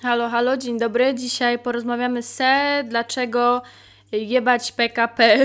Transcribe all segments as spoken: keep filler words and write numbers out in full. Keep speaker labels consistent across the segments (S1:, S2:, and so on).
S1: Halo, halo, dzień dobry. Dzisiaj porozmawiamy se, dlaczego jebać P K P.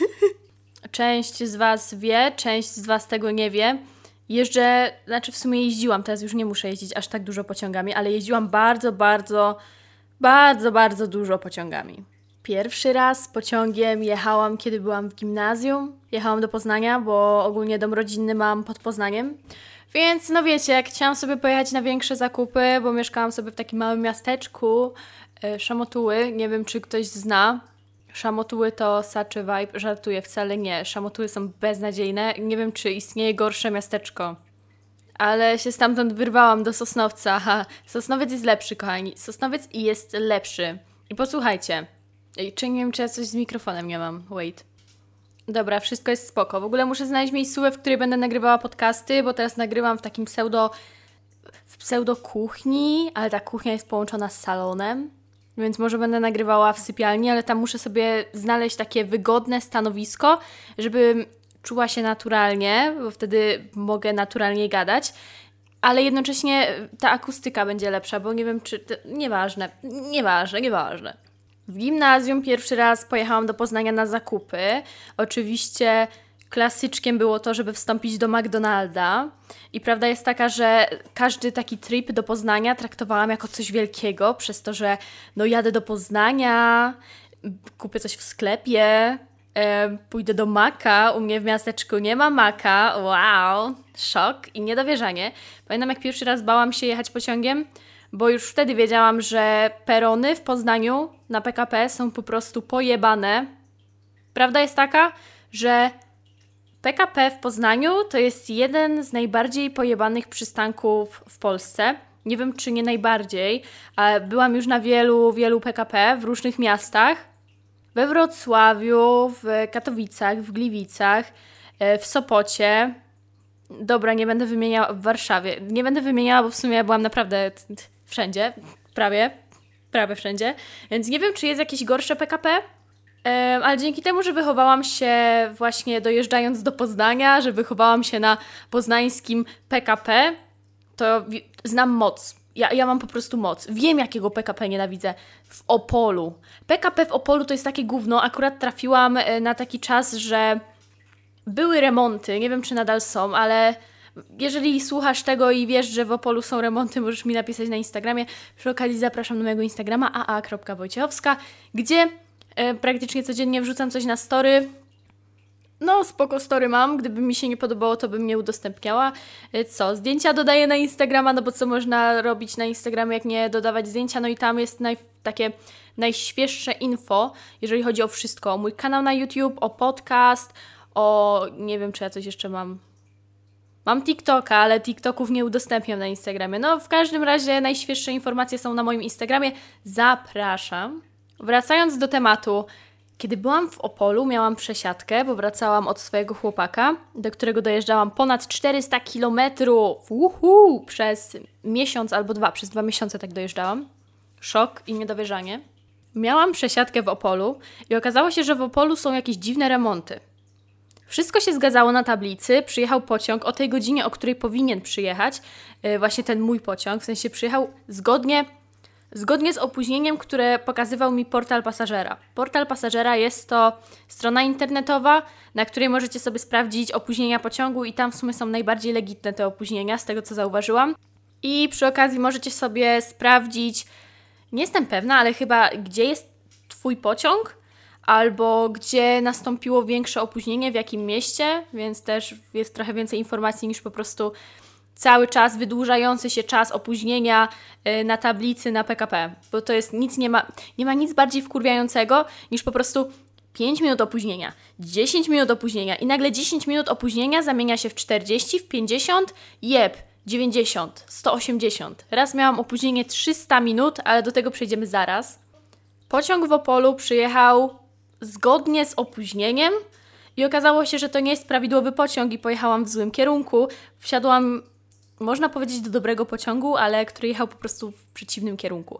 S1: Część z Was wie, część z Was tego nie wie. Jeżdżę, znaczy w sumie jeździłam, teraz już nie muszę jeździć aż tak dużo pociągami, ale jeździłam bardzo, bardzo, bardzo, bardzo dużo pociągami. Pierwszy raz pociągiem jechałam, kiedy byłam w gimnazjum. Jechałam do Poznania, bo ogólnie dom rodzinny mam pod Poznaniem. Więc no wiecie, jak chciałam sobie pojechać na większe zakupy, bo mieszkałam sobie w takim małym miasteczku, yy, Szamotuły, nie wiem czy ktoś zna. Szamotuły to saczy vibe, żartuję, wcale nie. Szamotuły są beznadziejne, nie wiem czy istnieje gorsze miasteczko. Ale się stamtąd wyrwałam do Sosnowca. Ha, Sosnowiec jest lepszy, kochani. Sosnowiec jest lepszy. I posłuchajcie. Ej, czy nie wiem, czy ja coś z mikrofonem nie mam. Wait. Dobra, wszystko jest spoko. W ogóle muszę znaleźć miejscówkę, w której będę nagrywała podcasty, bo teraz nagrywam w takim pseudo... w pseudo kuchni, ale ta kuchnia jest połączona z salonem, więc może będę nagrywała w sypialni, ale tam muszę sobie znaleźć takie wygodne stanowisko, żeby czuła się naturalnie, bo wtedy mogę naturalnie gadać, ale jednocześnie ta akustyka będzie lepsza, bo nie wiem czy... To... Nieważne, nieważne, nieważne. W gimnazjum pierwszy raz pojechałam do Poznania na zakupy. Oczywiście klasyczkiem było to, żeby wstąpić do McDonalda. I prawda jest taka, że każdy taki trip do Poznania traktowałam jako coś wielkiego, przez to, że no jadę do Poznania, kupię coś w sklepie, e, pójdę do Maka, u mnie w miasteczku nie ma Maka, wow, szok i niedowierzanie. Pamiętam jak pierwszy raz bałam się jechać pociągiem, bo już wtedy wiedziałam, że perony w Poznaniu na P K P są po prostu pojebane. Prawda jest taka, że P K P w Poznaniu to jest jeden z najbardziej pojebanych przystanków w Polsce. Nie wiem, czy nie najbardziej, ale byłam już na wielu, wielu P K P w różnych miastach. We Wrocławiu, w Katowicach, w Gliwicach, w Sopocie. Dobra, nie będę wymieniała w Warszawie. Nie będę wymieniała, bo w sumie ja byłam naprawdę wszędzie, prawie, prawie wszędzie. Więc nie wiem, czy jest jakieś gorsze P K P, ale dzięki temu, że wychowałam się właśnie dojeżdżając do Poznania, że wychowałam się na poznańskim P K P, to znam moc. Ja, ja mam po prostu moc. Wiem, jakiego P K P nienawidzę. W Opolu. P K P w Opolu to jest takie gówno. Akurat trafiłam na taki czas, że były remonty. Nie wiem, czy nadal są, ale jeżeli słuchasz tego i wiesz, że w Opolu są remonty, możesz mi napisać na Instagramie. Przy okazji zapraszam do mojego Instagrama a a kropka wojciechowska, gdzie e, praktycznie codziennie wrzucam coś na story. No, spoko story mam. Gdyby mi się nie podobało, to bym nie udostępniała. E, co? Zdjęcia dodaję na Instagrama, no bo co można robić na Instagramie, jak nie dodawać zdjęcia? No i tam jest naj, takie najświeższe info, jeżeli chodzi o wszystko. O mój kanał na YouTube, o podcast, o... nie wiem, czy ja coś jeszcze mam... Mam TikToka, ale TikToków nie udostępniam na Instagramie. No, w każdym razie najświeższe informacje są na moim Instagramie. Zapraszam. Wracając do tematu. Kiedy byłam w Opolu, miałam przesiadkę, bo wracałam od swojego chłopaka, do którego dojeżdżałam ponad czterysta kilometrów. Uhu, przez miesiąc albo dwa, przez dwa miesiące tak dojeżdżałam. Szok i niedowierzanie. Miałam przesiadkę w Opolu i okazało się, że w Opolu są jakieś dziwne remonty. Wszystko się zgadzało na tablicy, przyjechał pociąg o tej godzinie, o której powinien przyjechać, yy, właśnie ten mój pociąg, w sensie przyjechał zgodnie, zgodnie z opóźnieniem, które pokazywał mi portal pasażera. Portal pasażera jest to strona internetowa, na której możecie sobie sprawdzić opóźnienia pociągu i tam w sumie są najbardziej legitne te opóźnienia, z tego co zauważyłam. I przy okazji możecie sobie sprawdzić, nie jestem pewna, ale chyba gdzie jest Twój pociąg, albo gdzie nastąpiło większe opóźnienie, w jakim mieście, więc też jest trochę więcej informacji niż po prostu cały czas wydłużający się czas opóźnienia na tablicy na P K P, bo to jest nic, nie ma, nie ma nic bardziej wkurwiającego niż po prostu pięć minut opóźnienia, dziesięć minut opóźnienia i nagle dziesięć minut opóźnienia zamienia się w czterdzieści, w pięćdziesiąt, jeb, dziewięćdziesiąt, sto osiemdziesiąt. Raz miałam opóźnienie trzysta minut, ale do tego przejdziemy zaraz. Pociąg w Opolu przyjechał zgodnie z opóźnieniem i okazało się, że to nie jest prawidłowy pociąg i pojechałam w złym kierunku. Wsiadłam, można powiedzieć, do dobrego pociągu, ale który jechał po prostu w przeciwnym kierunku.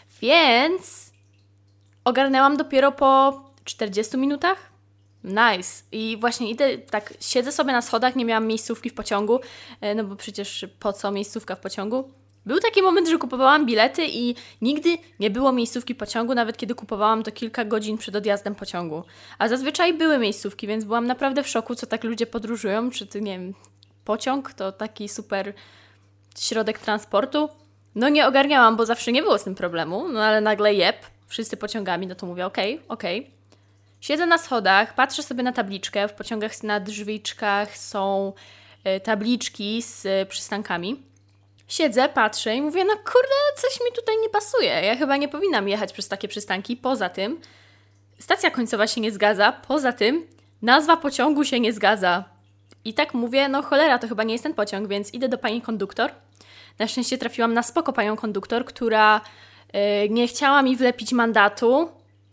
S1: Więc ogarnęłam dopiero po czterdziestu minutach. Nice. I właśnie idę, tak siedzę sobie na schodach, nie miałam miejscówki w pociągu, no bo przecież po co miejscówka w pociągu? Był taki moment, że kupowałam bilety i nigdy nie było miejscówki pociągu, nawet kiedy kupowałam to kilka godzin przed odjazdem pociągu. A zazwyczaj były miejscówki, więc byłam naprawdę w szoku, co tak ludzie podróżują. Czy ty, nie wiem, pociąg to taki super środek transportu? No nie ogarniałam, bo zawsze nie było z tym problemu, no ale nagle jeb, wszyscy pociągami, no to mówię okej, okay, okej. Okay. Siedzę na schodach, patrzę sobie na tabliczkę, w pociągach na drzwiczkach są y, tabliczki z y, przystankami. Siedzę, patrzę i mówię, no kurde, coś mi tutaj nie pasuje. Ja chyba nie powinnam jechać przez takie przystanki. Poza tym stacja końcowa się nie zgadza. Poza tym nazwa pociągu się nie zgadza. I tak mówię, no cholera, to chyba nie jest ten pociąg, więc idę do pani konduktor. Na szczęście trafiłam na spoko panią konduktor, która yy, nie chciała mi wlepić mandatu,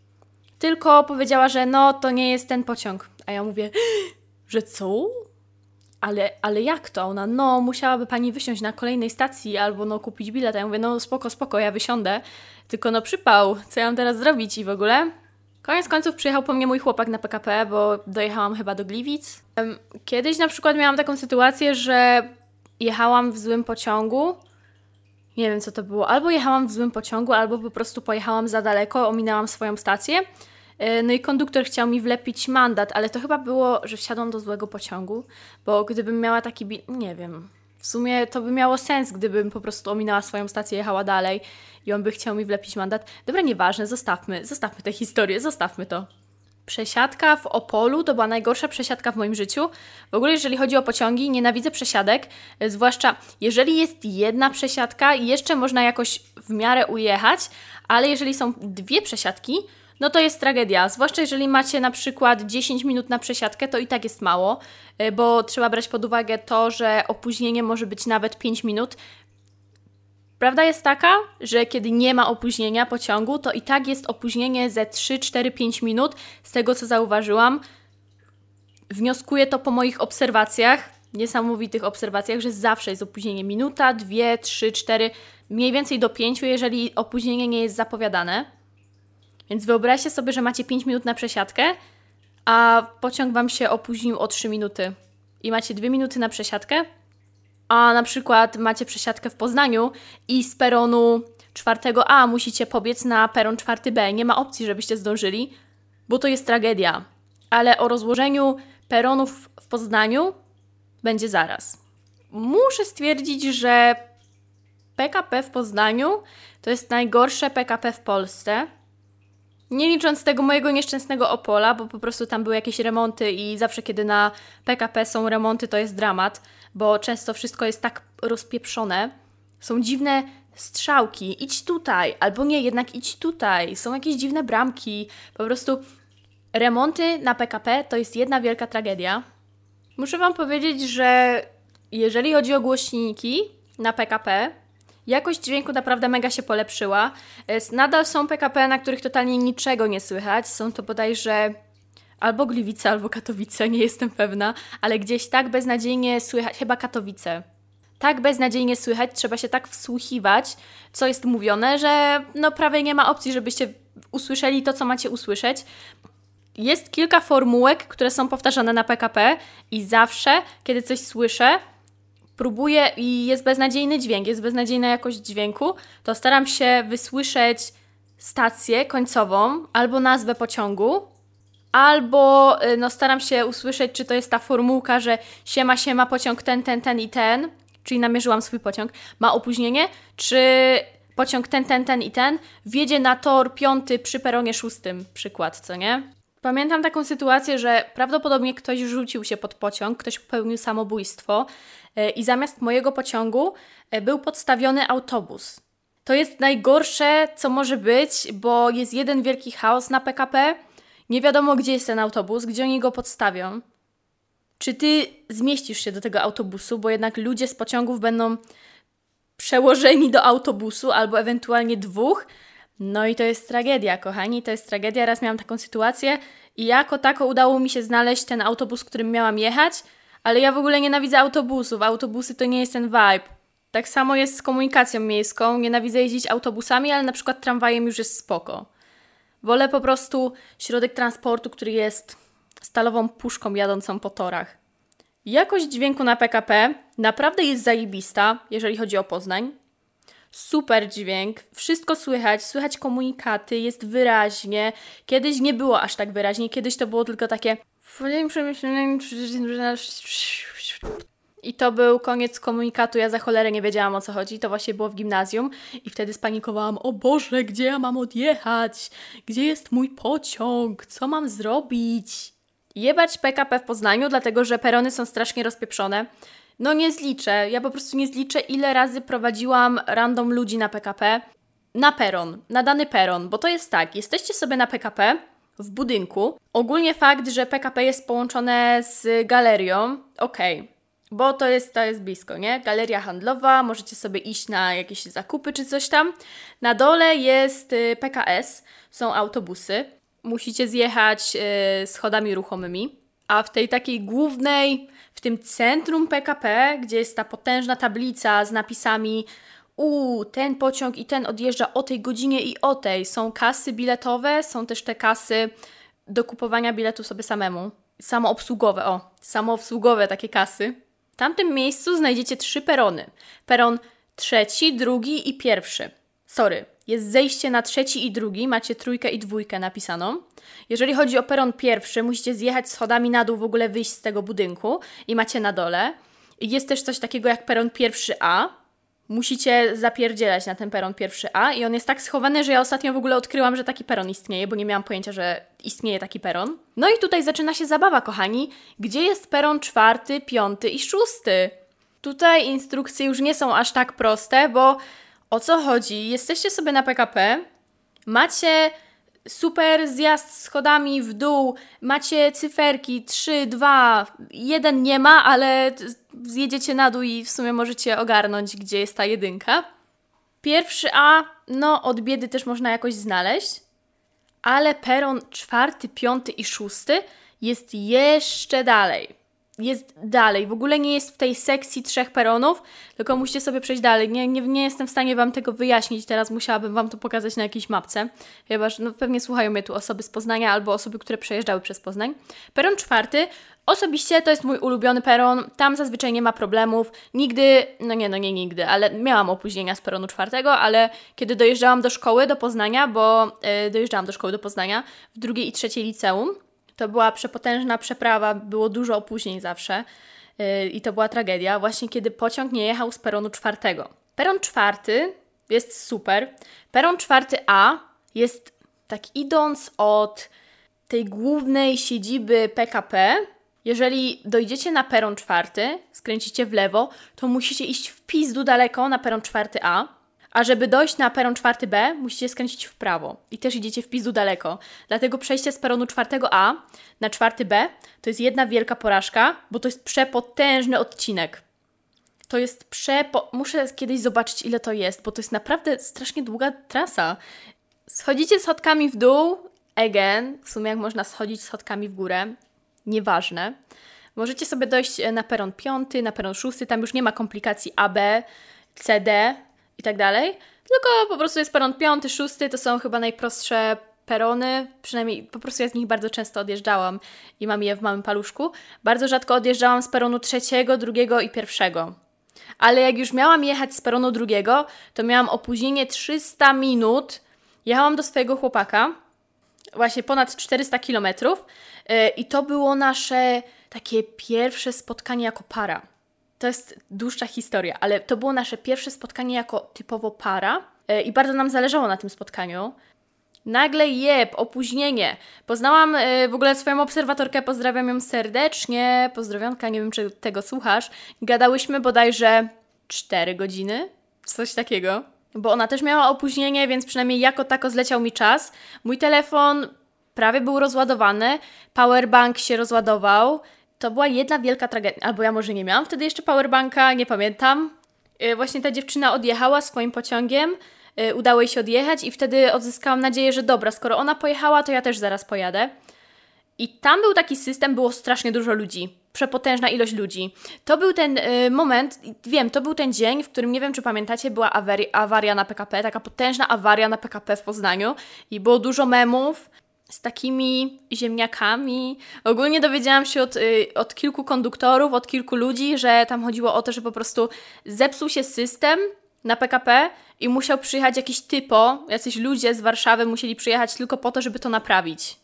S1: tylko powiedziała, że no to nie jest ten pociąg. A ja mówię, że co? Ale, ale jak to? Ona, no musiałaby pani wysiąść na kolejnej stacji albo no kupić bilet. A ja mówię, no spoko, spoko, ja wysiądę. Tylko no przypał, co ja mam teraz zrobić i w ogóle? Koniec końców przyjechał po mnie mój chłopak na P K P, bo dojechałam chyba do Gliwic. Kiedyś na przykład miałam taką sytuację, że jechałam w złym pociągu. Nie wiem co to było. Albo jechałam w złym pociągu, albo po prostu pojechałam za daleko, ominęłam swoją stację. No i konduktor chciał mi wlepić mandat, ale to chyba było, że wsiadłam do złego pociągu, bo gdybym miała taki bilet, nie wiem, w sumie to by miało sens, gdybym po prostu ominęła swoją stację, jechała dalej i on by chciał mi wlepić mandat. Dobra, nieważne, zostawmy, zostawmy tę historię, zostawmy to. Przesiadka w Opolu to była najgorsza przesiadka w moim życiu. W ogóle jeżeli chodzi o pociągi, nienawidzę przesiadek, zwłaszcza jeżeli jest jedna przesiadka i jeszcze można jakoś w miarę ujechać, ale jeżeli są dwie przesiadki, no to jest tragedia, zwłaszcza jeżeli macie na przykład dziesięć minut na przesiadkę, to i tak jest mało, bo trzeba brać pod uwagę to, że opóźnienie może być nawet pięć minut. Prawda jest taka, że kiedy nie ma opóźnienia pociągu, to i tak jest opóźnienie ze trzy, cztery, pięć minut, z tego co zauważyłam. Wnioskuję to po moich obserwacjach, niesamowitych obserwacjach, że zawsze jest opóźnienie minuta, dwie, trzy, cztery, mniej więcej do pięciu, jeżeli opóźnienie nie jest zapowiadane. Więc wyobraźcie sobie, że macie pięć minut na przesiadkę, a pociąg Wam się opóźnił o trzy minuty. I macie dwie minuty na przesiadkę, a na przykład macie przesiadkę w Poznaniu i z peronu czwartego A musicie pobiec na peron czwarty B. Nie ma opcji, żebyście zdążyli, bo to jest tragedia. Ale o rozłożeniu peronów w Poznaniu będzie zaraz. Muszę stwierdzić, że P K P w Poznaniu to jest najgorsze P K P w Polsce. Nie licząc tego mojego nieszczęsnego Opola, bo po prostu tam były jakieś remonty i zawsze kiedy na P K P są remonty, to jest dramat, bo często wszystko jest tak rozpieprzone. Są dziwne strzałki, idź tutaj, albo nie, jednak idź tutaj. Są jakieś dziwne bramki. Po prostu remonty na P K P to jest jedna wielka tragedia. Muszę Wam powiedzieć, że jeżeli chodzi o głośniki na P K P, jakość dźwięku naprawdę mega się polepszyła. Nadal są P K P, na których totalnie niczego nie słychać. Są to bodajże albo Gliwice, albo Katowice, nie jestem pewna, ale gdzieś tak beznadziejnie słychać, chyba Katowice. Tak beznadziejnie słychać, trzeba się tak wsłuchiwać, co jest mówione, że no prawie nie ma opcji, żebyście usłyszeli to, co macie usłyszeć. Jest kilka formułek, które są powtarzane na P K P i zawsze, kiedy coś słyszę, próbuję i jest beznadziejny dźwięk, jest beznadziejna jakość dźwięku, to staram się wysłyszeć stację końcową albo nazwę pociągu, albo no, staram się usłyszeć, czy to jest ta formułka, że siema, siema, pociąg ten, ten, ten i ten, czyli namierzyłam swój pociąg, ma opóźnienie, czy pociąg ten, ten, ten i ten wjedzie na tor piąty przy peronie szóstym, przykład, co nie? Pamiętam taką sytuację, że prawdopodobnie ktoś rzucił się pod pociąg, ktoś popełnił samobójstwo i zamiast mojego pociągu był podstawiony autobus. To jest najgorsze, co może być, bo jest jeden wielki chaos na P K P. Nie wiadomo, gdzie jest ten autobus, gdzie oni go podstawią. Czy ty zmieścisz się do tego autobusu, bo jednak ludzie z pociągów będą przełożeni do autobusu albo ewentualnie dwóch. No i to jest tragedia, kochani, to jest tragedia. Raz miałam taką sytuację i jako tako udało mi się znaleźć ten autobus, którym miałam jechać, ale ja w ogóle nienawidzę autobusów. Autobusy to nie jest ten vibe. Tak samo jest z komunikacją miejską. Nienawidzę jeździć autobusami, ale na przykład tramwajem już jest spoko. Wolę po prostu środek transportu, który jest stalową puszką jadącą po torach. Jakość dźwięku na P K P naprawdę jest zajebista, jeżeli chodzi o Poznań. super dźwięk, wszystko słychać, słychać komunikaty, jest wyraźnie. Kiedyś nie było aż tak wyraźnie, kiedyś to było tylko takie i to był koniec komunikatu, ja za cholerę nie wiedziałam, o co chodzi, to właśnie było w gimnazjum i wtedy spanikowałam, o Boże, gdzie ja mam odjechać? Gdzie jest mój pociąg? Co mam zrobić? Jebać P K P w Poznaniu, dlatego że perony są strasznie rozpieprzone. No nie zliczę, ja po prostu nie zliczę, ile razy prowadziłam random ludzi na P K P, na peron, na dany peron, bo to jest tak, jesteście sobie na P K P w budynku, ogólnie fakt, że P K P jest połączone z galerią, okej, okay, bo to jest, to jest blisko, nie? Galeria handlowa, możecie sobie iść na jakieś zakupy czy coś tam. Na dole jest P K S, są autobusy, musicie zjechać yy, schodami ruchomymi, a w tej takiej głównej, w tym centrum P K P, gdzie jest ta potężna tablica z napisami u ten pociąg i ten odjeżdża o tej godzinie i o tej. Są kasy biletowe, są też te kasy do kupowania biletu sobie samemu. Samoobsługowe, o, samoobsługowe takie kasy. W tamtym miejscu znajdziecie trzy perony. Peron trzeci, drugi i pierwszy. Sorry, jest zejście na trzeci i drugi, macie trójkę i dwójkę napisaną. Jeżeli chodzi o peron pierwszy, musicie zjechać schodami na dół, w ogóle wyjść z tego budynku i macie na dole. Jest też coś takiego jak peron pierwszy A. Musicie zapierdzielać na ten peron pierwszy A i on jest tak schowany, że ja ostatnio w ogóle odkryłam, że taki peron istnieje, bo nie miałam pojęcia, że istnieje taki peron. No i tutaj zaczyna się zabawa, kochani. Gdzie jest peron czwarty, piąty i szósty? Tutaj instrukcje już nie są aż tak proste, bo o co chodzi? Jesteście sobie na P K P, macie super zjazd schodami w dół, macie cyferki trzy, dwa, jeden nie ma, ale zjedziecie na dół i w sumie możecie ogarnąć, gdzie jest ta jedynka. Pierwszy A, no od biedy też można jakoś znaleźć, ale peron czwarty, piąty i szósty jest jeszcze dalej. Jest dalej, w ogóle nie jest w tej sekcji trzech peronów, tylko musicie sobie przejść dalej. Nie, nie, nie jestem w stanie Wam tego wyjaśnić, teraz musiałabym Wam to pokazać na jakiejś mapce, chyba że no, pewnie słuchają mnie tu osoby z Poznania albo osoby, które przejeżdżały przez Poznań. Peron czwarty, osobiście to jest mój ulubiony peron, tam zazwyczaj nie ma problemów, nigdy, no nie, no nie nigdy, ale miałam opóźnienia z peronu czwartego, ale kiedy dojeżdżałam do szkoły, do Poznania, bo yy, dojeżdżałam do szkoły do Poznania w drugiej i trzeciej liceum, to była przepotężna przeprawa, było dużo opóźnień zawsze yy, i to była tragedia, właśnie kiedy pociąg nie jechał z peronu czwartego. Peron czwarty jest super. Peron czwarty A jest tak idąc od tej głównej siedziby P K P. Jeżeli dojdziecie na peron czwarty, skręcicie w lewo, to musicie iść w pizdu daleko na peron czwarty A. A żeby dojść na peron czwarty B, musicie skręcić w prawo. I też idziecie w pizdu daleko. Dlatego przejście z peronu czwartego A na czwarty B to jest jedna wielka porażka, bo to jest przepotężny odcinek. To jest przepo... Muszę kiedyś zobaczyć, ile to jest, bo to jest naprawdę strasznie długa trasa. Schodzicie schodkami w dół, again, w sumie jak można schodzić schodkami w górę, nieważne. Możecie sobie dojść na peron piąty, na peron szósty, tam już nie ma komplikacji A, B, C, D i tak dalej, tylko po prostu jest peron piąty, szósty, to są chyba najprostsze perony, przynajmniej po prostu ja z nich bardzo często odjeżdżałam i mam je w małym paluszku. Bardzo rzadko odjeżdżałam z peronu trzeciego, drugiego i pierwszego. Ale jak już miałam jechać z peronu drugiego, to miałam opóźnienie trzysta minut. Jechałam do swojego chłopaka, właśnie ponad czterysta kilometrów yy, i to było nasze takie pierwsze spotkanie jako para. To jest dłuższa historia, ale to było nasze pierwsze spotkanie jako typowo para yy, i bardzo nam zależało na tym spotkaniu. Nagle jeb, opóźnienie. Poznałam yy, w ogóle swoją obserwatorkę, pozdrawiam ją serdecznie, pozdrowionka, nie wiem czy tego słuchasz. Gadałyśmy bodajże cztery godziny, coś takiego. Bo ona też miała opóźnienie, więc przynajmniej jako tako zleciał mi czas. Mój telefon prawie był rozładowany, powerbank się rozładował. To była jedna wielka tragedia. Albo ja może nie miałam wtedy jeszcze powerbanka, nie pamiętam. Yy, właśnie ta dziewczyna odjechała swoim pociągiem, yy, udało jej się odjechać i wtedy odzyskałam nadzieję, że dobra, skoro ona pojechała, to ja też zaraz pojadę. I tam był taki system, było strasznie dużo ludzi. Przepotężna ilość ludzi. To był ten y, moment, wiem, to był ten dzień, w którym, nie wiem czy pamiętacie, była awari- awaria na P K P, taka potężna awaria na P K P w Poznaniu i było dużo memów z takimi ziemniakami. Ogólnie dowiedziałam się od, y, od kilku konduktorów, od kilku ludzi, że tam chodziło o to, że po prostu zepsuł się system na P K P i musiał przyjechać jakiś typo, jacyś ludzie z Warszawy musieli przyjechać tylko po to, żeby to naprawić.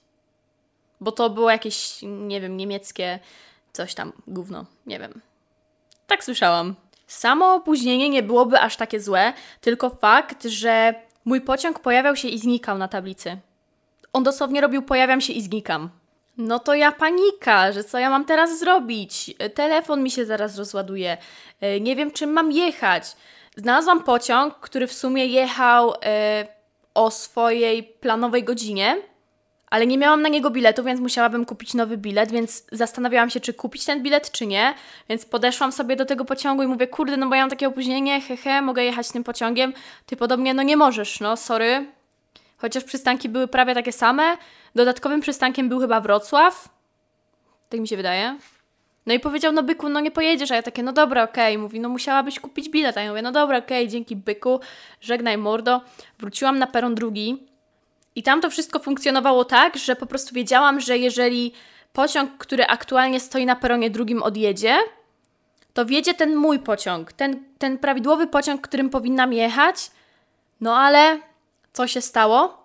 S1: Bo to było jakieś, nie wiem, niemieckie coś tam, gówno, nie wiem. Tak słyszałam. Samo opóźnienie nie byłoby aż takie złe, tylko fakt, że mój pociąg pojawiał się i znikał na tablicy. On dosłownie robił pojawiam się i znikam. No to ja panika, że co ja mam teraz zrobić? Telefon mi się zaraz rozładuje. Nie wiem, czym mam jechać. Znalazłam pociąg, który w sumie jechał e, o swojej planowej godzinie, ale nie miałam na niego biletu, więc musiałabym kupić nowy bilet, więc zastanawiałam się, czy kupić ten bilet, czy nie. Więc podeszłam sobie do tego pociągu i mówię, kurde, no bo ja mam takie opóźnienie, hehe, mogę jechać tym pociągiem. Ty podobnie, no nie możesz, no sorry. Chociaż przystanki były prawie takie same. Dodatkowym przystankiem był chyba Wrocław. Tak mi się wydaje. No i powiedział, no byku, no nie pojedziesz. A ja takie, no dobra, okej. Okay. Mówi, no musiałabyś kupić bilet. A ja mówię, no dobra, okej, okay, dzięki byku. Żegnaj mordo. Wróciłam na peron drugi. I tam to wszystko funkcjonowało tak, że po prostu wiedziałam, że jeżeli pociąg, który aktualnie stoi na peronie drugim odjedzie, to wjedzie ten mój pociąg. Ten, ten prawidłowy pociąg, którym powinnam jechać. No ale co się stało?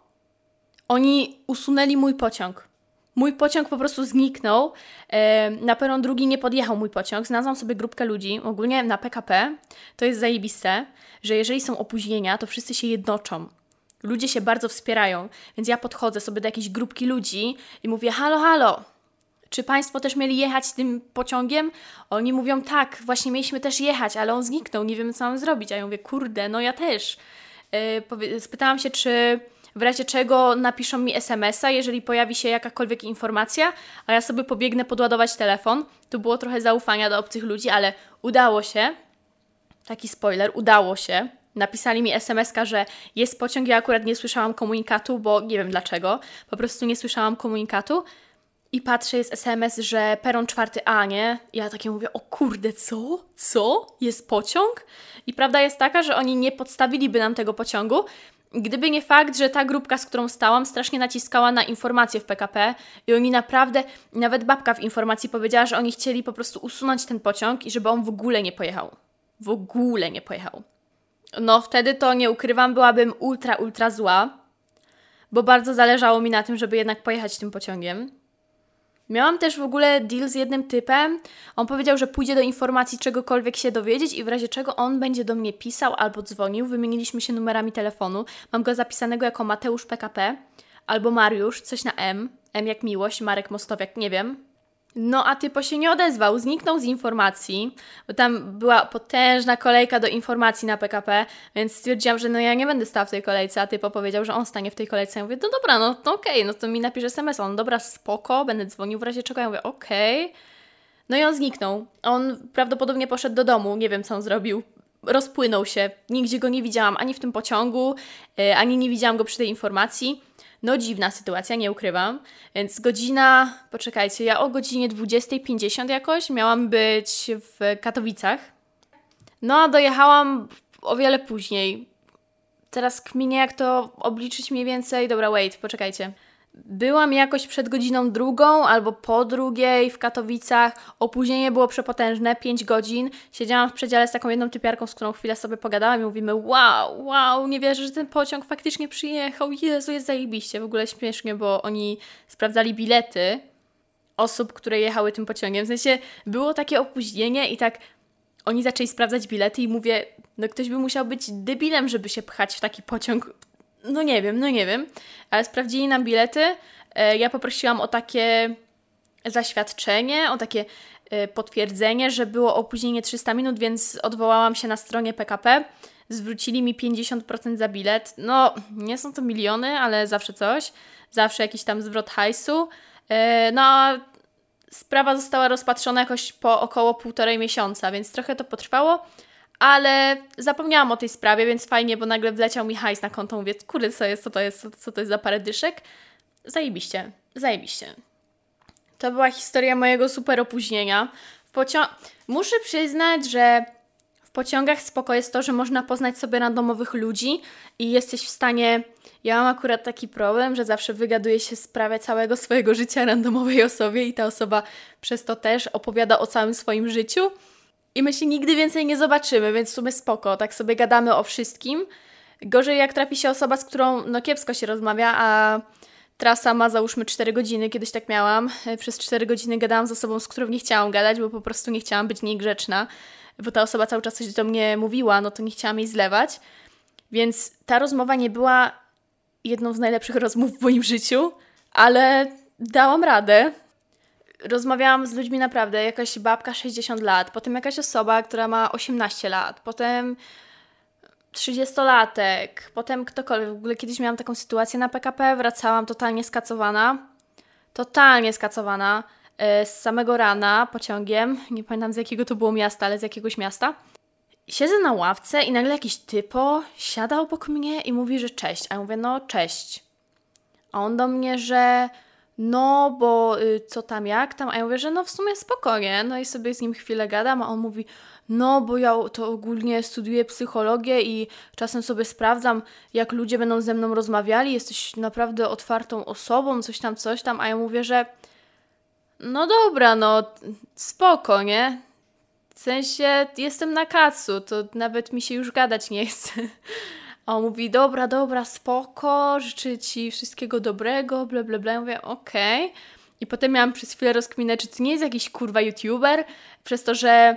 S1: Oni usunęli mój pociąg. Mój pociąg po prostu zniknął. Na peron drugi nie podjechał mój pociąg. Znalazłam sobie grupkę ludzi, ogólnie na P K P. To jest zajebiste, że jeżeli są opóźnienia, to wszyscy się jednoczą. Ludzie się bardzo wspierają. Więc ja podchodzę sobie do jakiejś grupki ludzi i mówię, halo, halo, czy Państwo też mieli jechać tym pociągiem? Oni mówią, tak, właśnie mieliśmy też jechać, ale on zniknął, nie wiemy, co mam zrobić. A ja mówię, kurde, no ja też. Spytałam się, czy w razie czego napiszą mi es em es a, jeżeli pojawi się jakakolwiek informacja, a ja sobie pobiegnę podładować telefon. Tu było trochę zaufania do obcych ludzi, ale udało się. Taki spoiler, udało się. Napisali mi es em es ka, że jest pociąg, ja akurat nie słyszałam komunikatu, bo nie wiem dlaczego. Po prostu nie słyszałam komunikatu. I patrzę, jest es em es, że peron czwarty A, nie? I ja takie mówię, o kurde, co? Co? Jest pociąg? I prawda jest taka, że oni nie podstawiliby nam tego pociągu, gdyby nie fakt, że ta grupka, z którą stałam, strasznie naciskała na informacje w P K P i oni naprawdę, nawet babka w informacji powiedziała, że oni chcieli po prostu usunąć ten pociąg i żeby on w ogóle nie pojechał. W ogóle nie pojechał. No wtedy to, nie ukrywam, byłabym ultra, ultra zła, bo bardzo zależało mi na tym, żeby jednak pojechać tym pociągiem. Miałam też w ogóle deal z jednym typem. On powiedział, że pójdzie do informacji czegokolwiek się dowiedzieć i w razie czego on będzie do mnie pisał albo dzwonił. Wymieniliśmy się numerami telefonu. Mam go zapisanego jako Mateusz P K P albo Mariusz, coś na M. M jak miłość, Marek Mostowiak, nie wiem. No a typo się nie odezwał, zniknął z informacji, bo tam była potężna kolejka do informacji na P K P, więc stwierdziłam, że no ja nie będę stała w tej kolejce, a typo powiedział, że on stanie w tej kolejce. Ja mówię, no dobra, no to okej, okay, no to mi napisze es em es a. On, dobra, spoko, będę dzwonił w razie czego. Ja mówię, okej. Okay. No i on zniknął. On prawdopodobnie poszedł do domu, nie wiem co on zrobił. Rozpłynął się, nigdzie go nie widziałam, ani w tym pociągu, yy, ani nie widziałam go przy tej informacji. No dziwna sytuacja, nie ukrywam. Więc godzina, poczekajcie, ja o godzinie dwudziestej pięćdziesiąt jakoś miałam być w Katowicach. No a dojechałam o wiele później. Teraz kminię, jak to obliczyć mniej więcej. Dobra, wait, poczekajcie. Byłam jakoś przed godziną drugą albo po drugiej w Katowicach. Opóźnienie było przepotężne, pięć godzin. Siedziałam w przedziale z taką jedną typiarką, z którą chwilę sobie pogadałam i mówimy, wow, wow, nie wierzę, że ten pociąg faktycznie przyjechał. Jezu, jest zajebiście. W ogóle śmiesznie, bo oni sprawdzali bilety osób, które jechały tym pociągiem. W sensie było takie opóźnienie i tak oni zaczęli sprawdzać bilety i mówię, no ktoś by musiał być debilem, żeby się pchać w taki pociąg. No nie wiem, no nie wiem, ale sprawdzili nam bilety. Ja poprosiłam o takie zaświadczenie, o takie potwierdzenie, że było opóźnienie trzysta minut, więc odwołałam się na stronie P K P. Zwrócili mi pięćdziesiąt procent za bilet. No, nie są to miliony, ale zawsze coś. Zawsze jakiś tam zwrot hajsu. No, a sprawa została rozpatrzona jakoś po około półtorej miesiąca, więc trochę to potrwało. Ale zapomniałam o tej sprawie, więc fajnie, bo nagle wleciał mi hajs na konto. Mówię, kurde, co jest, co to jest, co to jest za parę dyszek? Zajebiście, zajebiście. To była historia mojego super opóźnienia. W pocią- Muszę przyznać, że w pociągach spoko jest to, że można poznać sobie randomowych ludzi i jesteś w stanie... Ja mam akurat taki problem, że zawsze wygaduję się sprawę całego swojego życia randomowej osobie i ta osoba przez to też opowiada o całym swoim życiu. i my się nigdy więcej nie zobaczymy, więc w sumie spoko, tak sobie gadamy o wszystkim. Gorzej jak trafi się osoba, z którą no kiepsko się rozmawia, a trasa ma załóżmy cztery godziny, kiedyś tak miałam. Przez cztery godziny gadałam z osobą, z którą nie chciałam gadać, bo po prostu nie chciałam być niegrzeczna, bo ta osoba cały czas coś do mnie mówiła, no to nie chciałam jej zlewać. Więc ta rozmowa nie była jedną z najlepszych rozmów w moim życiu, ale dałam radę. Rozmawiałam z ludźmi naprawdę, jakaś babka sześćdziesiąt lat, potem jakaś osoba, która ma osiemnaście lat, potem trzydziestolatek, potem ktokolwiek. W ogóle kiedyś miałam taką sytuację na P K P, wracałam totalnie skacowana, totalnie skacowana, yy, z samego rana pociągiem, nie pamiętam z jakiego to było miasta, ale z jakiegoś miasta. Siedzę na ławce i nagle jakiś typo siada obok mnie i mówi, że cześć. A ja mówię, no cześć. A on do mnie, że no, bo y, co tam, jak tam? A ja mówię, że no w sumie spokojnie. No i sobie z nim chwilę gadam, a on mówi, no bo ja to ogólnie studiuję psychologię i czasem sobie sprawdzam, jak ludzie będą ze mną rozmawiali. Jesteś naprawdę otwartą osobą, coś tam, coś tam. A ja mówię, że no dobra, no spoko, nie? W sensie jestem na kacu, to nawet mi się już gadać nie chce. A on mówi, dobra, dobra, spoko, życzę ci wszystkiego dobrego, bla, bla, bla. Ja mówię, okej. Okay. I potem miałam przez chwilę rozkminę, czy to nie jest jakiś kurwa youtuber, przez to, że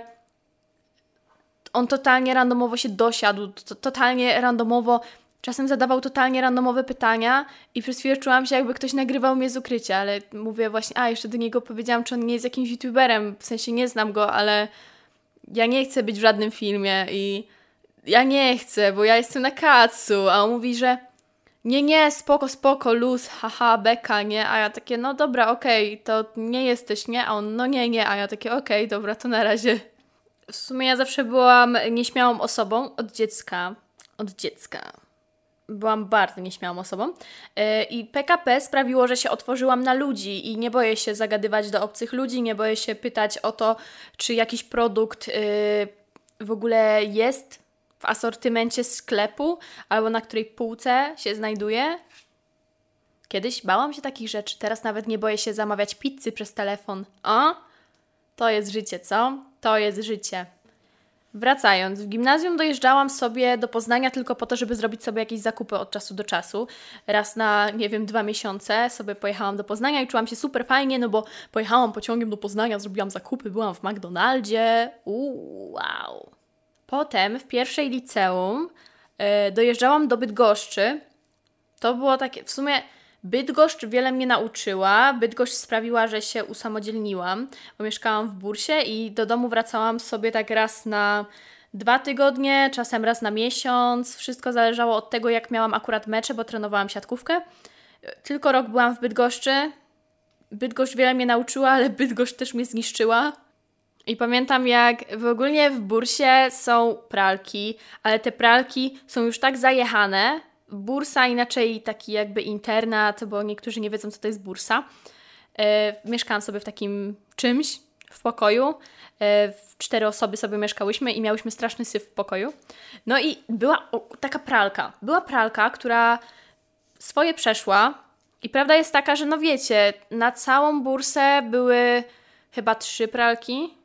S1: on totalnie randomowo się dosiadł, to, totalnie randomowo, czasem zadawał totalnie randomowe pytania i przez chwilę czułam się, jakby ktoś nagrywał mnie z ukrycia, ale mówię właśnie, a jeszcze do niego powiedziałam, czy on nie jest jakimś youtuberem, w sensie nie znam go, ale ja nie chcę być w żadnym filmie i ja nie chcę, bo ja jestem na kacu, a on mówi, że nie, nie, spoko, spoko, luz, haha, beka, nie, a ja takie, no dobra, okej, okay, to nie jesteś, nie, a on, no nie, nie, a ja takie, okej, okay, dobra, to na razie. W sumie ja zawsze byłam nieśmiałą osobą od dziecka, od dziecka. Byłam bardzo nieśmiałą osobą yy, i P K P sprawiło, że się otworzyłam na ludzi i nie boję się zagadywać do obcych ludzi, nie boję się pytać o to, czy jakiś produkt yy, w ogóle jest w asortymencie sklepu albo na której półce się znajduje. Kiedyś bałam się takich rzeczy, teraz nawet nie boję się zamawiać pizzy przez telefon. O, to jest życie, co? To jest życie. Wracając, w gimnazjum dojeżdżałam sobie do Poznania tylko po to, żeby zrobić sobie jakieś zakupy od czasu do czasu. Raz na, nie wiem, dwa miesiące sobie pojechałam do Poznania i czułam się super fajnie, no bo pojechałam pociągiem do Poznania, zrobiłam zakupy, byłam w McDonaldzie. Uuu, wow. Potem w pierwszej liceum yy, dojeżdżałam do Bydgoszczy. To było takie, w sumie Bydgoszcz wiele mnie nauczyła. Bydgoszcz sprawiła, że się usamodzielniłam, bo mieszkałam w Bursie i do domu wracałam sobie tak raz na dwa tygodnie, czasem raz na miesiąc. Wszystko zależało od tego, jak miałam akurat mecze, bo trenowałam siatkówkę. Tylko rok byłam w Bydgoszczy. Bydgoszcz wiele mnie nauczyła, ale Bydgoszcz też mnie zniszczyła. I pamiętam, jak w ogólnie w Bursie są pralki, ale te pralki są już tak zajechane. Bursa, inaczej taki jakby internat, bo niektórzy nie wiedzą, co to jest bursa. E, mieszkałam sobie w takim czymś, w pokoju. E, w cztery osoby sobie mieszkałyśmy i miałyśmy straszny syf w pokoju. No i była o, taka pralka. Była pralka, która swoje przeszła i prawda jest taka, że no wiecie, na całą bursę były chyba trzy pralki.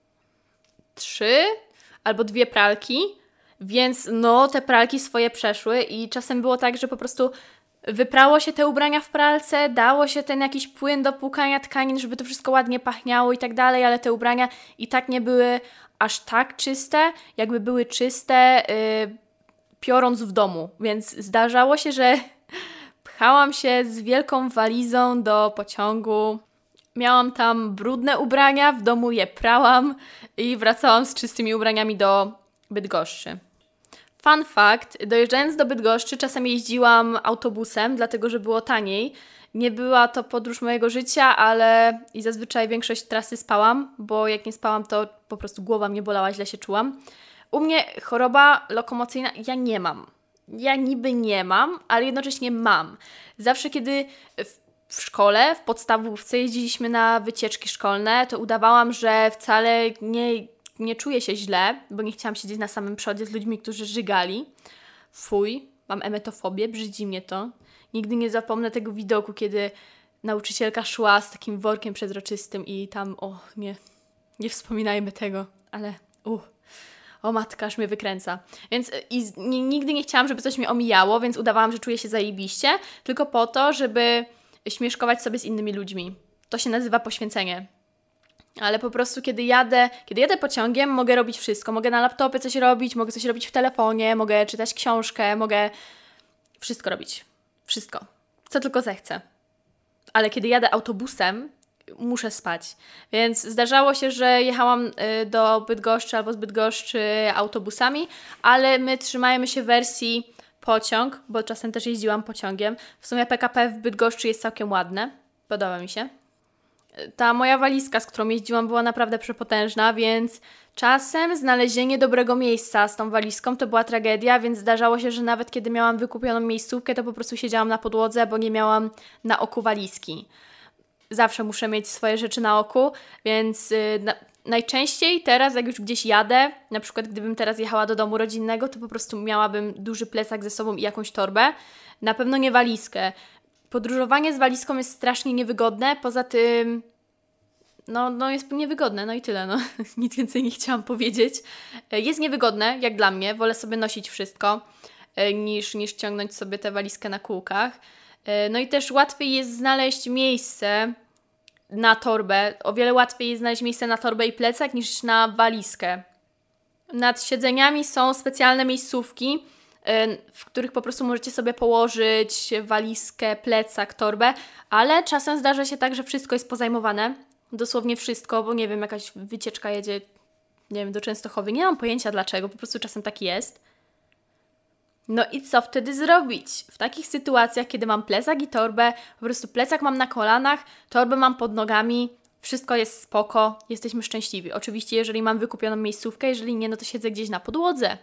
S1: Trzy? Albo dwie pralki. Więc no, te pralki swoje przeszły i czasem było tak, że po prostu wyprało się te ubrania w pralce, dało się ten jakiś płyn do płukania tkanin, żeby to wszystko ładnie pachniało i tak dalej, ale te ubrania i tak nie były aż tak czyste, jakby były czyste yy, piorąc w domu. Więc zdarzało się, że pchałam się z wielką walizą do pociągu. Miałam tam brudne ubrania, w domu je prałam i wracałam z czystymi ubraniami do Bydgoszczy. Fun fact, dojeżdżając do Bydgoszczy czasem jeździłam autobusem, dlatego że było taniej. Nie była to podróż mojego życia, ale i zazwyczaj większość trasy spałam, bo jak nie spałam, to po prostu głowa mnie bolała, źle się czułam. U mnie choroba lokomocyjna ja nie mam. Ja niby nie mam, ale jednocześnie mam. Zawsze kiedy w, w szkole, w podstawówce jeździliśmy na wycieczki szkolne, to udawałam, że wcale nie... nie czuję się źle, bo nie chciałam siedzieć na samym przodzie z ludźmi, którzy żygali. Fuj, mam emetofobię, brzydzi mnie to. Nigdy nie zapomnę tego widoku, kiedy nauczycielka szła z takim workiem przezroczystym i tam, o nie, nie wspominajmy tego, ale Uh. O matka, aż mnie wykręca. Więc i, z- ni- nigdy nie chciałam, żeby coś mnie omijało, więc udawałam, że czuję się zajebiście, tylko po to, żeby śmieszkować sobie z innymi ludźmi. To się nazywa poświęcenie. Ale po prostu kiedy jadę, kiedy jadę pociągiem, mogę robić wszystko. Mogę na laptopie coś robić, mogę coś robić w telefonie, mogę czytać książkę, mogę wszystko robić. Wszystko. Co tylko zechcę. Ale kiedy jadę autobusem, muszę spać. Więc zdarzało się, że jechałam y, do Bydgoszczy albo z Bydgoszczy autobusami, ale my trzymajmy się wersji pociąg, bo czasem też jeździłam pociągiem. W sumie P K P w Bydgoszczy jest całkiem ładne. Podoba mi się. Ta moja walizka, z którą jeździłam, była naprawdę przepotężna, więc czasem znalezienie dobrego miejsca z tą walizką to była tragedia, więc zdarzało się, że nawet kiedy miałam wykupioną miejscówkę, to po prostu siedziałam na podłodze, bo nie miałam na oku walizki. Zawsze muszę mieć swoje rzeczy na oku, więc yy, na, najczęściej teraz, jak już gdzieś jadę, na przykład gdybym teraz jechała do domu rodzinnego, to po prostu miałabym duży plecak ze sobą i jakąś torbę. Na pewno nie walizkę. Podróżowanie z walizką jest strasznie niewygodne, poza tym no, no jest niewygodne, no i tyle, no. Nic więcej nie chciałam powiedzieć. E, Jest niewygodne, jak dla mnie, wolę sobie nosić wszystko, e, niż, niż ciągnąć sobie tę walizkę na kółkach. E, No i też łatwiej jest znaleźć miejsce na torbę, o wiele łatwiej jest znaleźć miejsce na torbę i plecak niż na walizkę. Nad siedzeniami są specjalne miejscówki, y, w których po prostu możecie sobie położyć walizkę, plecak, torbę, ale czasem zdarza się tak, że wszystko jest pozajmowane. Dosłownie wszystko, bo nie wiem, jakaś wycieczka jedzie, nie wiem, do Częstochowy. Nie mam pojęcia dlaczego, po prostu czasem tak jest. No i co wtedy zrobić? W takich sytuacjach, kiedy mam plecak i torbę, po prostu plecak mam na kolanach, torbę mam pod nogami, wszystko jest spoko, jesteśmy szczęśliwi. Oczywiście, jeżeli mam wykupioną miejscówkę, jeżeli nie, no to siedzę gdzieś na podłodze.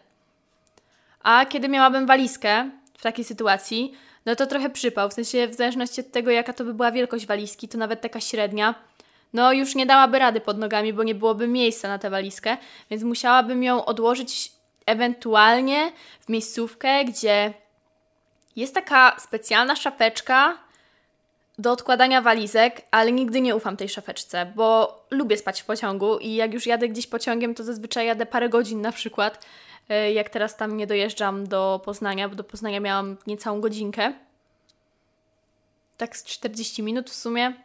S1: A kiedy miałabym walizkę w takiej sytuacji, no to trochę przypał. W sensie, w zależności od tego, jaka to by była wielkość walizki, to nawet taka średnia, no już nie dałaby rady pod nogami, bo nie byłoby miejsca na tę walizkę, więc musiałabym ją odłożyć ewentualnie w miejscówkę, gdzie jest taka specjalna szafeczka do odkładania walizek, ale nigdy nie ufam tej szafeczce, bo lubię spać w pociągu i jak już jadę gdzieś pociągiem, to zazwyczaj jadę parę godzin na przykład, e, jak teraz tam nie dojeżdżam do Poznania, bo do Poznania miałam niecałą godzinkę. Tak z czterdzieści minut w sumie.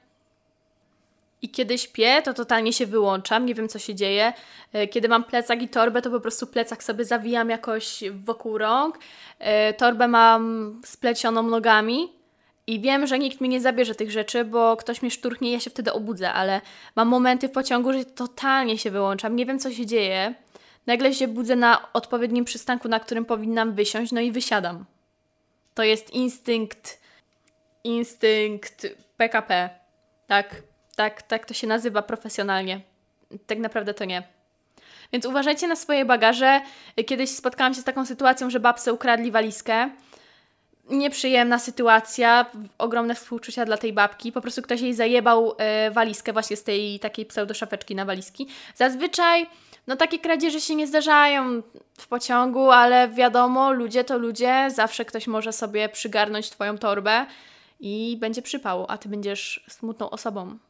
S1: I kiedy śpię, to totalnie się wyłączam, nie wiem co się dzieje. E, Kiedy mam plecak i torbę, to po prostu plecak sobie zawijam jakoś wokół rąk. E, Torbę mam splecioną nogami i wiem, że nikt mi nie zabierze tych rzeczy, bo ktoś mnie szturchnie i ja się wtedy obudzę, ale mam momenty w pociągu, że totalnie się wyłączam, nie wiem co się dzieje. Nagle się budzę na odpowiednim przystanku, na którym powinnam wysiąść, no i wysiadam. To jest instynkt, instynkt P K P. Tak, tak, tak to się nazywa profesjonalnie. Tak naprawdę to nie. Więc uważajcie na swoje bagaże. Kiedyś spotkałam się z taką sytuacją, że babce ukradli walizkę. Nieprzyjemna sytuacja, ogromne współczucia dla tej babki. Po prostu ktoś jej zajebał e, walizkę właśnie z tej takiej pseudoszafeczki na walizki. Zazwyczaj, no takie kradzieże się nie zdarzają w pociągu, ale wiadomo, ludzie to ludzie. Zawsze ktoś może sobie przygarnąć twoją torbę i będzie przypał, a ty będziesz smutną osobą.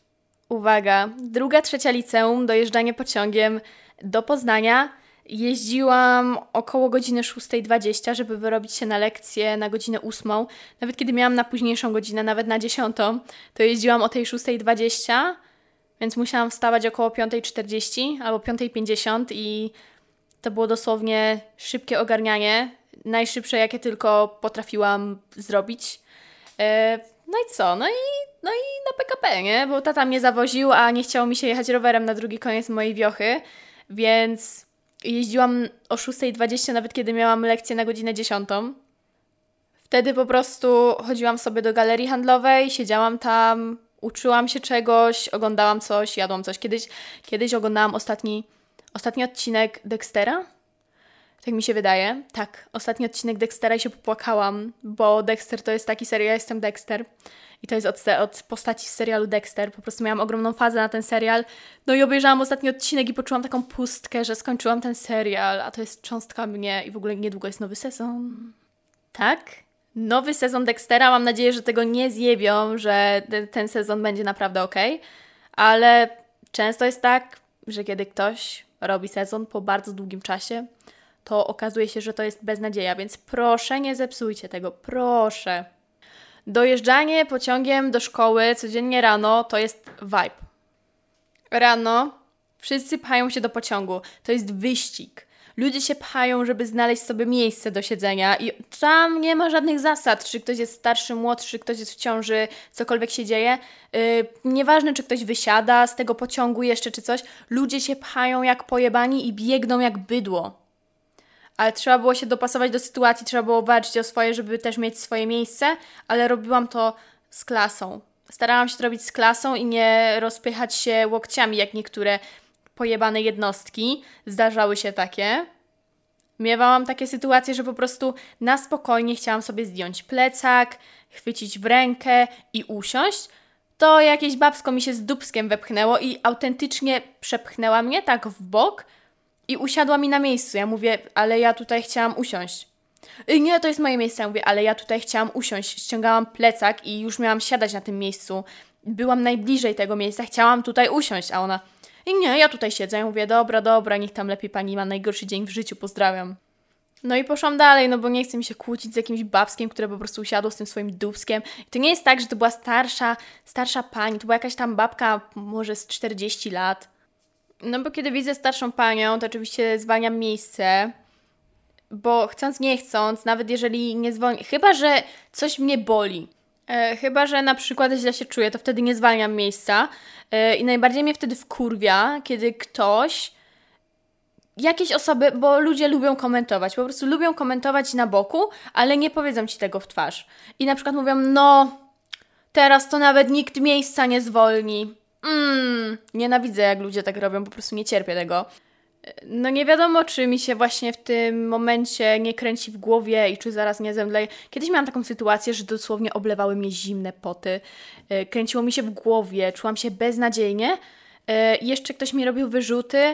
S1: Uwaga, druga, trzecia liceum, dojeżdżanie pociągiem do Poznania. Jeździłam około godziny szósta dwadzieścia, żeby wyrobić się na lekcję na godzinę ósmą. Nawet kiedy miałam na późniejszą godzinę, nawet na dziesiątą, to jeździłam o tej szósta dwadzieścia, więc musiałam wstawać około piąta czterdzieści albo piąta pięćdziesiąt i to było dosłownie szybkie ogarnianie. Najszybsze, jakie tylko potrafiłam zrobić. E, No i co? No i, no i na P K P, nie? Bo tata mnie zawoził, a nie chciało mi się jechać rowerem na drugi koniec mojej wiochy, więc jeździłam o szósta dwadzieścia, nawet kiedy miałam lekcję na godzinę dziesiątą. Wtedy po prostu chodziłam sobie do galerii handlowej, siedziałam tam, uczyłam się czegoś, oglądałam coś, jadłam coś. Kiedyś, kiedyś oglądałam ostatni, ostatni odcinek Dextera. Tak mi się wydaje. Tak, ostatni odcinek Dextera i się popłakałam, bo Dexter to jest taki serial, ja jestem Dexter. I to jest od, od postaci z serialu Dexter. Po prostu miałam ogromną fazę na ten serial. No i obejrzałam ostatni odcinek i poczułam taką pustkę, że skończyłam ten serial, a to jest cząstka mnie i w ogóle niedługo jest nowy sezon. Tak? Nowy sezon Dextera. Mam nadzieję, że tego nie zjebią, że te- ten sezon będzie naprawdę okej. Ale często jest tak, że kiedy ktoś robi sezon po bardzo długim czasie, to okazuje się, że to jest beznadzieja, więc proszę nie zepsujcie tego, proszę. Dojeżdżanie pociągiem do szkoły codziennie rano to jest vibe. Rano wszyscy pchają się do pociągu, to jest wyścig. Ludzie się pchają, żeby znaleźć sobie miejsce do siedzenia i tam nie ma żadnych zasad, czy ktoś jest starszy, młodszy, ktoś jest w ciąży, cokolwiek się dzieje. Yy, nieważne, czy ktoś wysiada z tego pociągu jeszcze, czy coś. Ludzie się pchają jak pojebani i biegną jak bydło. Ale trzeba było się dopasować do sytuacji, trzeba było walczyć o swoje, żeby też mieć swoje miejsce, ale robiłam to z klasą. Starałam się to robić z klasą i nie rozpychać się łokciami, jak niektóre pojebane jednostki. Zdarzały się takie. Miewałam takie sytuacje, że po prostu na spokojnie chciałam sobie zdjąć plecak, chwycić w rękę i usiąść. To jakieś babsko mi się z dupskiem wepchnęło i autentycznie przepchnęła mnie tak w bok i usiadła mi na miejscu. Ja mówię, ale ja tutaj chciałam usiąść. I nie, to jest moje miejsce. Ja mówię, ale ja tutaj chciałam usiąść. Ściągałam plecak i już miałam siadać na tym miejscu. Byłam najbliżej tego miejsca, chciałam tutaj usiąść, a ona... I nie, ja tutaj siedzę. Ja mówię, dobra, dobra, niech tam lepiej pani ma najgorszy dzień w życiu, pozdrawiam. No i poszłam dalej, no bo nie chcę mi się kłócić z jakimś babskiem, które po prostu usiadło z tym swoim dupskiem. I to nie jest tak, że to była starsza, starsza pani, to była jakaś tam babka może z czterdzieści lat. No bo kiedy widzę starszą panią, to oczywiście zwalniam miejsce, bo chcąc nie chcąc, nawet jeżeli nie zwolnię, chyba że coś mnie boli, e, chyba że na przykład źle się czuję, to wtedy nie zwalniam miejsca e, i najbardziej mnie wtedy wkurwia, kiedy ktoś, jakieś osoby, bo ludzie lubią komentować, po prostu lubią komentować na boku, ale nie powiedzą ci tego w twarz. I na przykład mówią, no teraz to nawet nikt miejsca nie zwolni. Mm, nienawidzę, jak ludzie tak robią, po prostu nie cierpię tego. No nie wiadomo, czy mi się właśnie w tym momencie nie kręci w głowie i czy zaraz nie zemdleję. Kiedyś miałam taką sytuację, że dosłownie oblewały mnie zimne poty. Kręciło mi się w głowie, czułam się beznadziejnie. I jeszcze ktoś mi robił wyrzuty,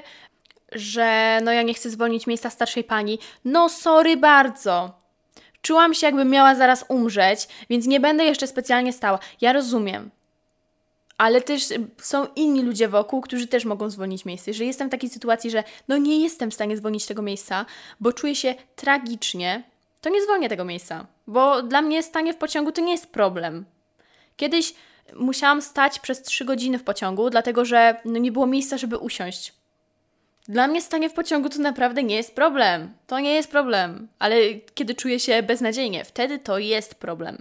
S1: że no ja nie chcę zwolnić miejsca starszej pani. No sorry bardzo. Czułam się, jakbym miała zaraz umrzeć, więc nie będę jeszcze specjalnie stała. Ja rozumiem. Ale też są inni ludzie wokół, którzy też mogą zwolnić miejsce. Jeżeli jestem w takiej sytuacji, że no nie jestem w stanie zwolnić tego miejsca, bo czuję się tragicznie, to nie zwolnię tego miejsca. Bo dla mnie stanie w pociągu to nie jest problem. Kiedyś musiałam stać przez trzy godziny w pociągu, dlatego że no nie było miejsca, żeby usiąść. Dla mnie stanie w pociągu to naprawdę nie jest problem. To nie jest problem. Ale kiedy czuję się beznadziejnie, wtedy to jest problem.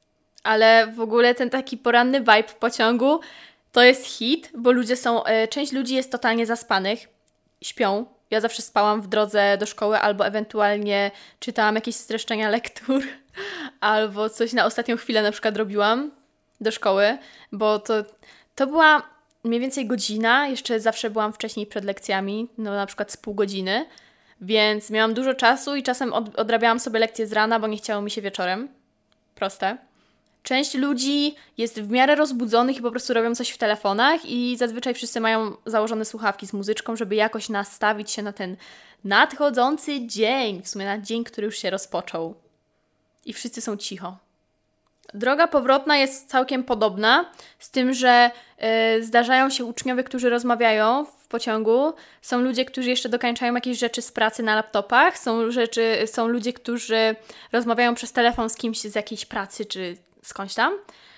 S1: Ale w ogóle ten taki poranny vibe w pociągu to jest hit, bo ludzie są, e, część ludzi jest totalnie zaspanych, śpią. Ja zawsze spałam w drodze do szkoły albo ewentualnie czytałam jakieś streszczenia lektur albo coś na ostatnią chwilę na przykład robiłam do szkoły, bo to, to była mniej więcej godzina, jeszcze zawsze byłam wcześniej przed lekcjami, no na przykład z pół godziny, więc miałam dużo czasu i czasem od, odrabiałam sobie lekcje z rana, bo nie chciało mi się wieczorem. Proste. Część ludzi jest w miarę rozbudzonych i po prostu robią coś w telefonach i zazwyczaj wszyscy mają założone słuchawki z muzyczką, żeby jakoś nastawić się na ten nadchodzący dzień, w sumie na dzień, który już się rozpoczął. I wszyscy są cicho. Droga powrotna jest całkiem podobna, z tym, że yy, zdarzają się uczniowie, którzy rozmawiają w pociągu, są ludzie, którzy jeszcze dokańczają jakieś rzeczy z pracy na laptopach, są, rzeczy, są ludzie, którzy rozmawiają przez telefon z kimś z jakiejś pracy czy skądś tam.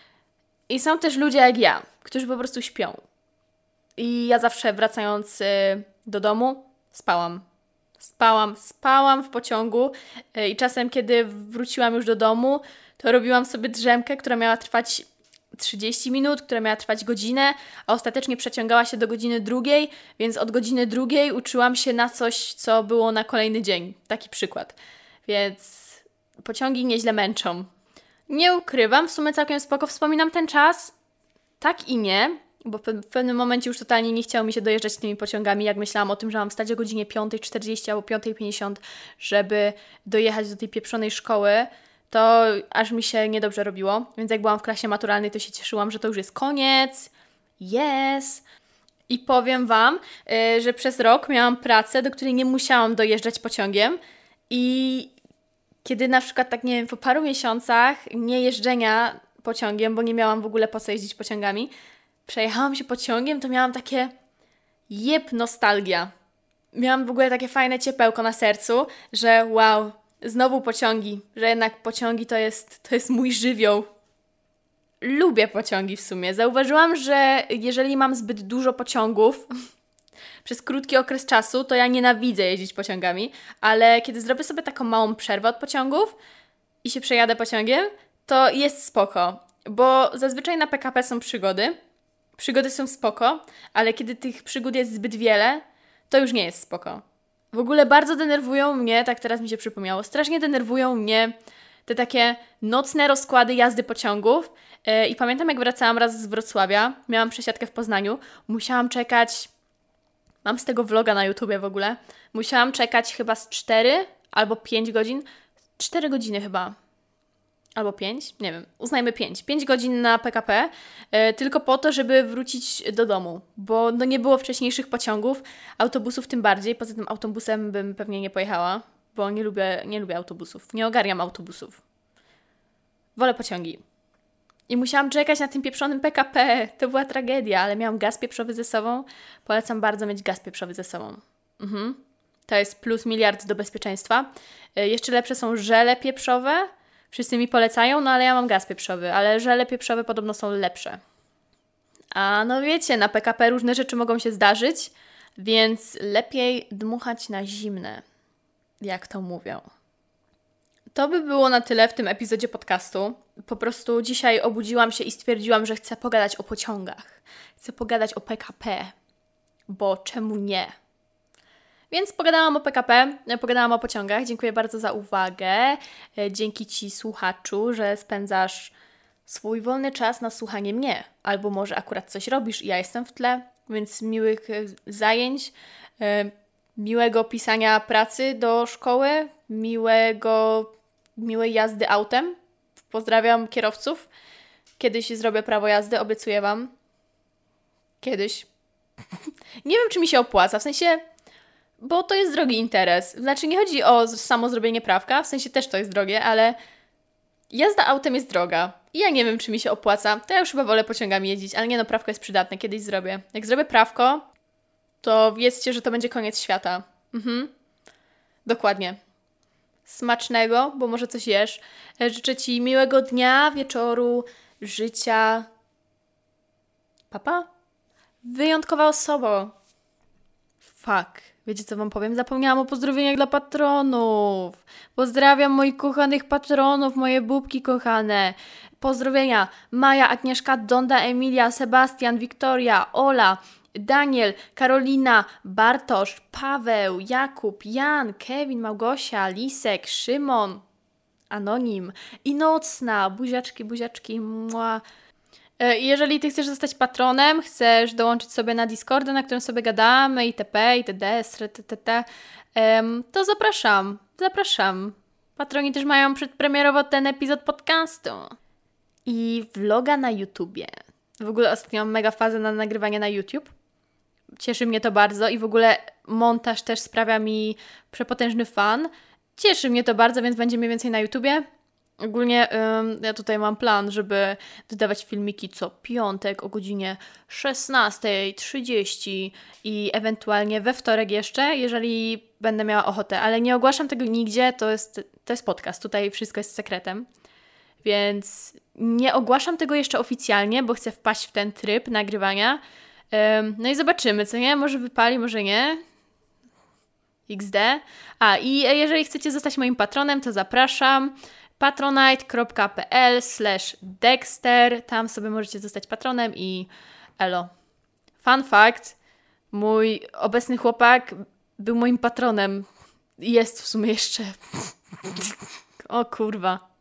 S1: I są też ludzie jak ja, którzy po prostu śpią. I ja zawsze wracając yy, do domu spałam. Spałam, spałam w pociągu yy, i czasem, kiedy wróciłam już do domu, to robiłam sobie drzemkę, która miała trwać trzydzieści minut, która miała trwać godzinę, a ostatecznie przeciągała się do godziny drugiej, więc od godziny drugiej uczyłam się na coś, co było na kolejny dzień. Taki przykład. Więc pociągi nieźle męczą. Nie ukrywam, w sumie całkiem spoko wspominam ten czas. Tak i nie, bo w pewnym momencie już totalnie nie chciało mi się dojeżdżać tymi pociągami, jak myślałam o tym, że mam wstać o godzinie piąta czterdzieści albo piąta pięćdziesiąt, żeby dojechać do tej pieprzonej szkoły, to aż mi się niedobrze robiło. Więc jak byłam w klasie maturalnej, to się cieszyłam, że to już jest koniec. Yes! I powiem Wam, yy, że przez rok miałam pracę, do której nie musiałam dojeżdżać pociągiem i kiedy na przykład tak, nie wiem, po paru miesiącach nie jeżdżenia pociągiem, bo nie miałam w ogóle po co jeździć pociągami, przejechałam się pociągiem, to miałam takie jeb nostalgia. miałam w ogóle takie fajne ciepełko na sercu, że wow, znowu pociągi, że jednak pociągi to jest, to jest mój żywioł. Lubię pociągi w sumie. Zauważyłam, że jeżeli mam zbyt dużo pociągów przez krótki okres czasu, to ja nienawidzę jeździć pociągami, ale kiedy zrobię sobie taką małą przerwę od pociągów i się przejadę pociągiem, to jest spoko, bo zazwyczaj na P K P są przygody. Przygody są spoko, ale kiedy tych przygód jest zbyt wiele, to już nie jest spoko. W ogóle bardzo denerwują mnie, tak teraz mi się przypomniało, strasznie denerwują mnie te takie nocne rozkłady jazdy pociągów. Yy, I pamiętam, jak wracałam raz z Wrocławia, miałam przesiadkę w Poznaniu, musiałam czekać, mam z tego vloga na YouTubie w ogóle, musiałam czekać chyba z cztery albo pięć godzin, cztery godziny chyba, albo pięć, nie wiem, uznajmy pięć, pięć godzin na P K P, yy, tylko po to, żeby wrócić do domu, bo no nie było wcześniejszych pociągów, autobusów tym bardziej, poza tym autobusem bym pewnie nie pojechała, bo nie lubię, nie lubię autobusów, nie ogarniam autobusów. Wolę pociągi. I musiałam czekać na tym pieprzonym P K P. To była tragedia, ale miałam gaz pieprzowy ze sobą. Polecam bardzo mieć gaz pieprzowy ze sobą. Mhm. To jest plus miliard do bezpieczeństwa. Yy, jeszcze lepsze są żele pieprzowe. Wszyscy mi polecają, no ale ja mam gaz pieprzowy, ale żele pieprzowe podobno są lepsze. A no wiecie, na P K P różne rzeczy mogą się zdarzyć, więc lepiej dmuchać na zimne, jak to mówią. To by było na tyle w tym epizodzie podcastu. Po prostu dzisiaj obudziłam się i stwierdziłam, że chcę pogadać o pociągach. Chcę pogadać o P K P, bo czemu nie? Więc pogadałam o P K P, pogadałam o pociągach. Dziękuję bardzo za uwagę. Dzięki Ci, słuchaczu, że spędzasz swój wolny czas na słuchanie mnie. Albo może akurat coś robisz i ja jestem w tle, więc miłych zajęć, miłego pisania pracy do szkoły, miłego, miłej jazdy autem. Pozdrawiam kierowców. Kiedyś zrobię prawo jazdy, obiecuję Wam. Kiedyś. Nie wiem, czy mi się opłaca, w sensie, bo to jest drogi interes. Znaczy, nie chodzi o samo zrobienie prawka, w sensie też to jest drogie, ale jazda autem jest droga. I ja nie wiem, czy mi się opłaca. To ja już chyba wolę pociągami jeździć, ale nie no, prawko jest przydatne, kiedyś zrobię. Jak zrobię prawko, to wiedzcie, że to będzie koniec świata. Mhm. Dokładnie. Smacznego, bo może coś jesz. Życzę Ci miłego dnia, wieczoru, życia. Papa? Wyjątkowa osoba. Fuck. Wiecie, co Wam powiem? Zapomniałam o pozdrowieniach dla patronów. Pozdrawiam moich kochanych patronów, moje bubki kochane. Pozdrowienia. Maja, Agnieszka, Donda, Emilia, Sebastian, Wiktoria, Ola, Daniel, Karolina, Bartosz, Paweł, Jakub, Jan, Kevin, Małgosia, Lisek, Szymon, Anonim i Nocna. Buziaczki, buziaczki, mua. Jeżeli Ty chcesz zostać patronem, chcesz dołączyć sobie na Discorda, na którym sobie gadamy, itp., itd., itd., to zapraszam, zapraszam. Patroni też mają przedpremierowo ten epizod podcastu. I vloga na YouTubie. W ogóle ostatnio mam mega fazę na nagrywanie na YouTube. Cieszy mnie to bardzo i w ogóle montaż też sprawia mi przepotężny fan. Cieszy mnie to bardzo, więc będzie mniej więcej na YouTubie. Ogólnie ym, ja tutaj mam plan, żeby dodawać filmiki co piątek o godzinie szesnasta trzydzieści i ewentualnie we wtorek jeszcze, jeżeli będę miała ochotę, ale nie ogłaszam tego nigdzie, to jest, to jest podcast, tutaj wszystko jest sekretem, więc nie ogłaszam tego jeszcze oficjalnie, bo chcę wpaść w ten tryb nagrywania. Ym, no i zobaczymy, co nie? Może wypali, może nie. iks de. A i jeżeli chcecie zostać moim patronem, to zapraszam. patronite.pl slash Dexter. Tam sobie możecie zostać patronem i elo. Fun fact, mój obecny chłopak był moim patronem. Jest w sumie jeszcze. O kurwa.